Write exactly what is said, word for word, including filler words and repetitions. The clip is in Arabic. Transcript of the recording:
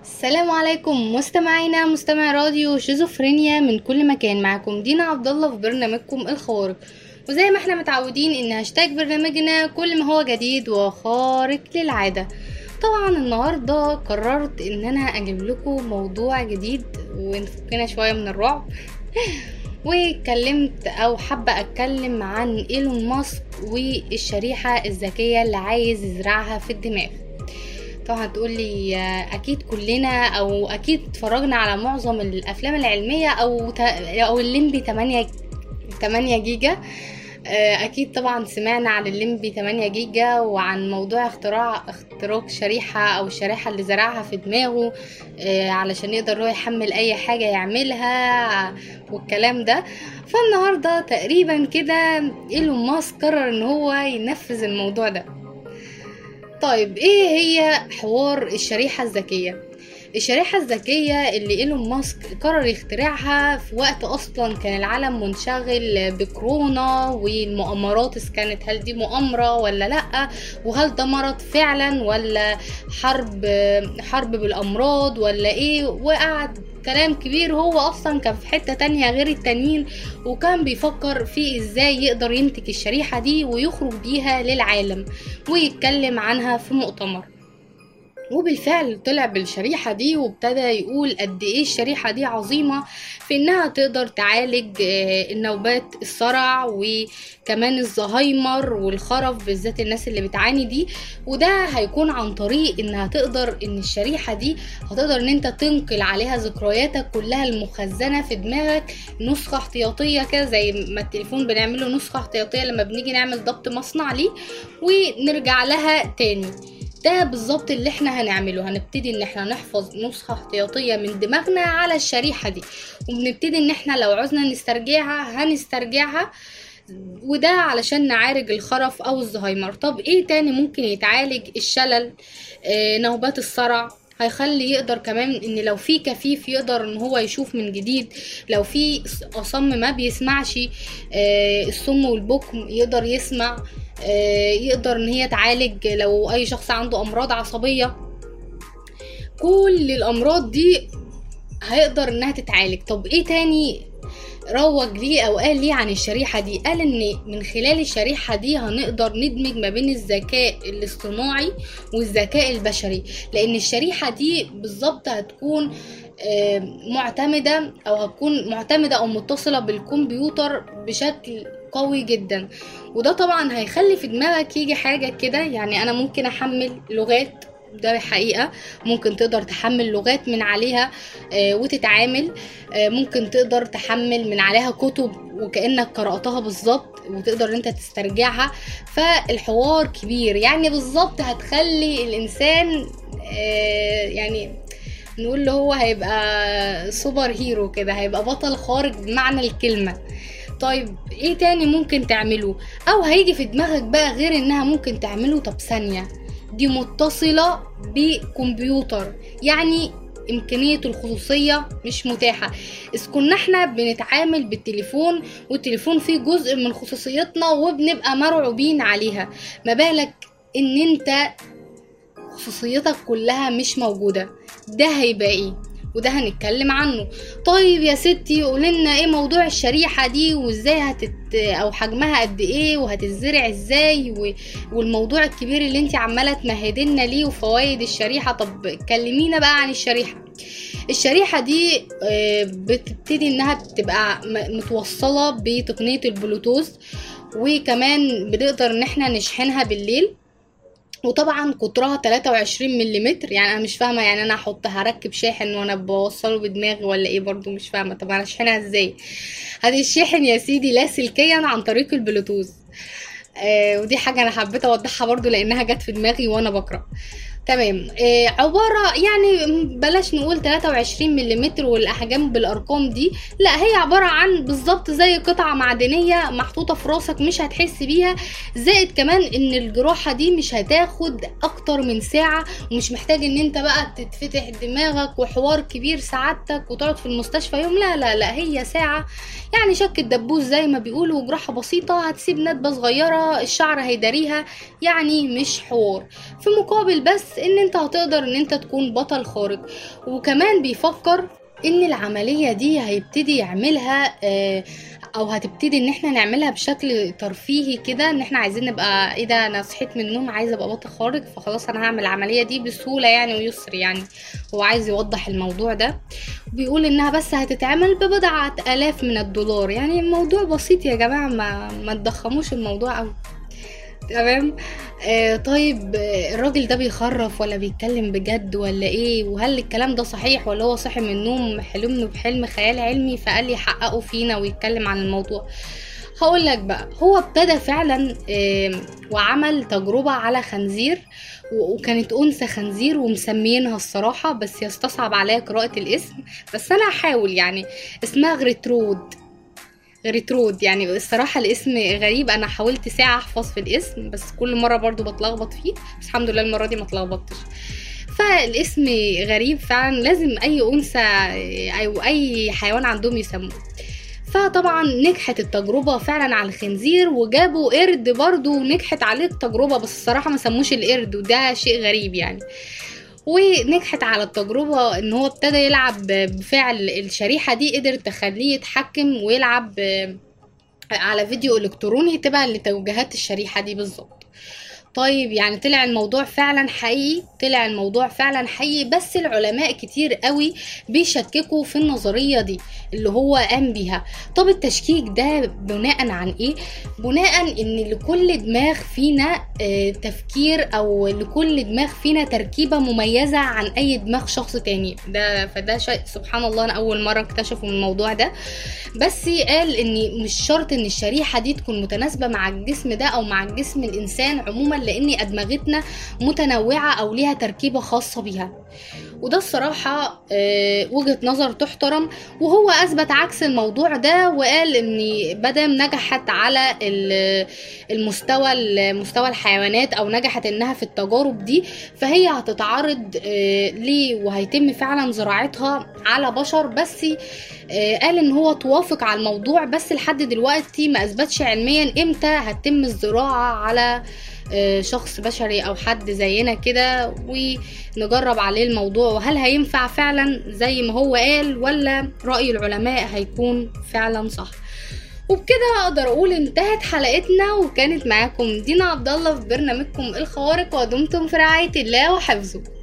السلام عليكم مستمعينا مستمع راديو شيزوفرينيا من كل مكان. معكم دينا عبد الله في برنامجكم الخارق، وزي ما احنا متعودين ان هاشتاج برنامجنا كل ما هو جديد وخارق للعاده. طبعا النهارده قررت ان انا اجيب لكم موضوع جديد ونفكنا شويه من الرعب واتكلمت او حابه اتكلم عن ايلون ماسك والشريحه الذكيه اللي عايز يزرعها في الدماغ. طبعا هتقولي اكيد كلنا او اكيد اتفرجنا على معظم الافلام العلميه او او الليمبي تمانية جيجا. اكيد طبعا سمعنا عن الليمبي تمانية جيجا وعن موضوع اختراع اختراق شريحه او الشريحه اللي زرعها في دماغه علشان يقدر هو يحمل اي حاجه يعملها والكلام ده. فالنهارده تقريبا كده ايلون ماسك قرر ان هو ينفذ الموضوع ده. طيب ايه هي حوار الشريحة الذكية؟ الشريحة الذكية اللي ايلون ماسك قرر يخترعها في وقت اصلا كان العالم منشغل بكورونا والمؤامرات، اذا كانت هل دي مؤامرة ولا لا، وهل ده مرض فعلا ولا حرب حرب بالامراض ولا ايه، وقعد كلام كبير. هو اصلا كان في حتة تانية غير التانيين وكان بيفكر في ازاي يقدر ينتج الشريحة دي ويخرج بيها للعالم ويتكلم عنها في مؤتمر. وبالفعل طلع بالشريحة دي وابتدى يقول قد ايه الشريحة دي عظيمة في انها تقدر تعالج النوبات الصرع وكمان الزهايمر والخرف، بالذات الناس اللي بتعاني دي. وده هيكون عن طريق انها تقدر ان الشريحة دي هتقدر ان انت تنقل عليها ذكرياتك كلها المخزنة في دماغك، نسخة احتياطية كده زي ما التليفون بنعمله نسخة احتياطية لما بنيجي نعمل ضبط مصنع ليه ونرجع لها تاني. ده بالظبط اللي احنا هنعمله، هنبتدي ان احنا نحفظ نسخة احتياطية من دماغنا على الشريحة دي، وبنبتدي ان احنا لو عوزنا نسترجعها هنسترجعها، وده علشان نعالج الخرف او الزهايمر. طب ايه تاني ممكن يتعالج؟ الشلل، اه نوبات الصرع، هيخلي يقدر كمان ان لو في كفيف يقدر ان هو يشوف من جديد، لو في اصم ما بيسمعش اه الصم والبكم يقدر يسمع، يقدر ان هي تعالج لو اي شخص عنده امراض عصبية. كل الامراض دي هيقدر انها تتعالج. طب ايه تاني روج ليه او قال ليه عن الشريحة دي؟ قال ان من خلال الشريحة دي هنقدر ندمج ما بين الذكاء الاصطناعي والذكاء البشري، لان الشريحة دي بالظبط هتكون معتمدة او هتكون معتمدة او متصلة بالكمبيوتر بشكل قوي جدا. وده طبعا هيخلي في دماغك يجي حاجة كده، يعني انا ممكن احمل لغات، ده حقيقة ممكن تقدر تحمل لغات من عليها آه وتتعامل، آه ممكن تقدر تحمل من عليها كتب وكأنك قرأتها بالظبط وتقدر انت تسترجعها. فالحوار كبير، يعني بالظبط هتخلي الانسان آه يعني نقول له هو هيبقى سوبر هيرو كده، هيبقى بطل خارق بمعنى الكلمة. طيب ايه تاني ممكن تعمله او هيجي في دماغك بقى غير انها ممكن تعمله؟ طب ثانية، دي متصلة بكمبيوتر، يعني امكانية الخصوصية مش متاحة. اذ كنا احنا بنتعامل بالتليفون والتليفون فيه جزء من خصوصيتنا وبنبقى مرعوبين عليها، ما بالك ان انت خصوصيتك كلها مش موجودة؟ ده هيبقى ايه؟ وده هنتكلم عنه. طيب يا ستي قولنا ايه موضوع الشريحة دي وازاي هتت او حجمها قد ايه وهتزرع ازاي و... والموضوع الكبير اللي انت عمالة تمهدلنا ليه وفوائد الشريحة. طب كلمينا بقى عن الشريحة. الشريحة دي بتبتدي انها تبقى متوصلة بتقنية البلوتوث، وكمان بنقدر ان احنا نشحنها بالليل، وطبعا قطرها تلاتة وعشرين مليمتر. يعني انا مش فاهمه، يعني انا احط هركب شاحن وانا بوصله بدماغي ولا ايه؟ برضو مش فاهمه. طب انا اشحنها ازاي؟ هتشحن يا سيدي لاسلكيا عن طريق البلوتوث. آه ودي حاجه انا حبيت اوضحها برضو لانها جت في دماغي وانا بقرا. تمام. آه عبارة يعني بلاش نقول تلاتة وعشرين مليمتر والاحجام بالارقام دي، لا هي عبارة عن بالظبط زي قطعة معدنية محطوطة في راسك مش هتحس بيها. زائد كمان ان الجراحة دي مش هتاخد اكتر من ساعة، ومش محتاج ان انت بقى تتفتح دماغك وحوار كبير سعادتك وتقعد في المستشفى يوم. لا لا لا هي ساعة، يعني شك الدبوس زي ما بيقولوا، وجراحة بسيطة هتسيب ندبة صغيرة الشعر هيداريها، يعني مش حوار. في مقابل بس بس ان انت هتقدر ان انت تكون بطل خارق. وكمان بيفكر ان العملية دي هيبتدي يعملها آه، او هتبتدي ان احنا نعملها بشكل ترفيهي كده، ان احنا عايزين نبقى ايه ده، انا صحيت من النوم عايزه ابقى بطل خارق فخلاص انا هعمل العمليه دي بسهوله يعني ويسر يعني. هو عايز يوضح الموضوع ده، بيقول انها بس هتتعمل ببضعة الاف من الدولار، يعني الموضوع بسيط يا جماعه، ما ما تضخموش الموضوع قوي. تمام. آه طيب، آه، الراجل ده بيخرف ولا بيتكلم بجد ولا ايه؟ وهل الكلام ده صحيح ولا هو صاحي من النوم حلمه بحلم خيال علمي فقال يحققه فينا ويتكلم عن الموضوع؟ هقول لك بقى، هو ابتدى فعلا آه وعمل تجربة على خنزير، و- وكانت أنثى خنزير ومسمينها الصراحة، بس يستصعب عليا قراءة الاسم، بس أنا هحاول يعني. اسمها غريترود. غريترود يعني الصراحة الاسم غريب، انا حاولت ساعة احفظ في الاسم بس كل مرة برضو بتلخبط فيه، بس الحمد لله المرة دي ما اتلخبطتش. فالاسم غريب فعلا، لازم اي انثى او اي حيوان عندهم يسموه. فطبعا نجحت التجربة فعلا على الخنزير، وجابوا قرد برضو نجحت عليه التجربة، بس الصراحة ما سموش القرد وده شيء غريب يعني. ونجحت على التجربة ان هو ابتدى يلعب بفعل الشريحة دي، قدر تخليه يتحكم ويلعب على فيديو الكتروني تبع لتوجيهات الشريحة دي بالظبط. طيب يعني طلع الموضوع فعلا حقيقي، طلع الموضوع فعلا حقيقي، بس العلماء كتير قوي بيشككوا في النظرية دي اللي هو قام بيها. طب التشكيك ده بناء عن ايه؟ بناء ان لكل دماغ فينا آه، تفكير، او لكل دماغ فينا تركيبة مميزة عن اي دماغ شخص تاني. ده فده شيء سبحان الله، انا اول مرة اكتشفوا من الموضوع ده. بس قال ان مش شرط ان الشريحة دي تكون متناسبة مع الجسم ده او مع الجسم الانسان عموما، لان ادمغتنا متنوعة او ليها تركيبة خاصة بيها. وده الصراحة آه، وجهة نظر تحترم، وهو اثبت عكس الموضوع ده، وقال ان مادام نجحت على ال- المستوى مستوى الحيوانات، او نجحت انها في التجارب دي، فهي هتتعرض آه، ليه وهيتم فعلا زراعتها على بشر. بس آه، قال ان هو توافق على الموضوع، بس لحد دلوقتي ما اثبتش علميا امتى هتتم الزراعة على آه، شخص بشري او حد زينا كده، ونجرب عليه الموضوع، وهل هينفع فعلا زي ما هو قال، ولا رأي العلماء هيكون فعلا صح. وبكده اقدر اقول انتهت حلقتنا، وكانت معاكم دينا عبد الله في برنامجكم الخوارق، ودمتم في رعاية الله وحفظه.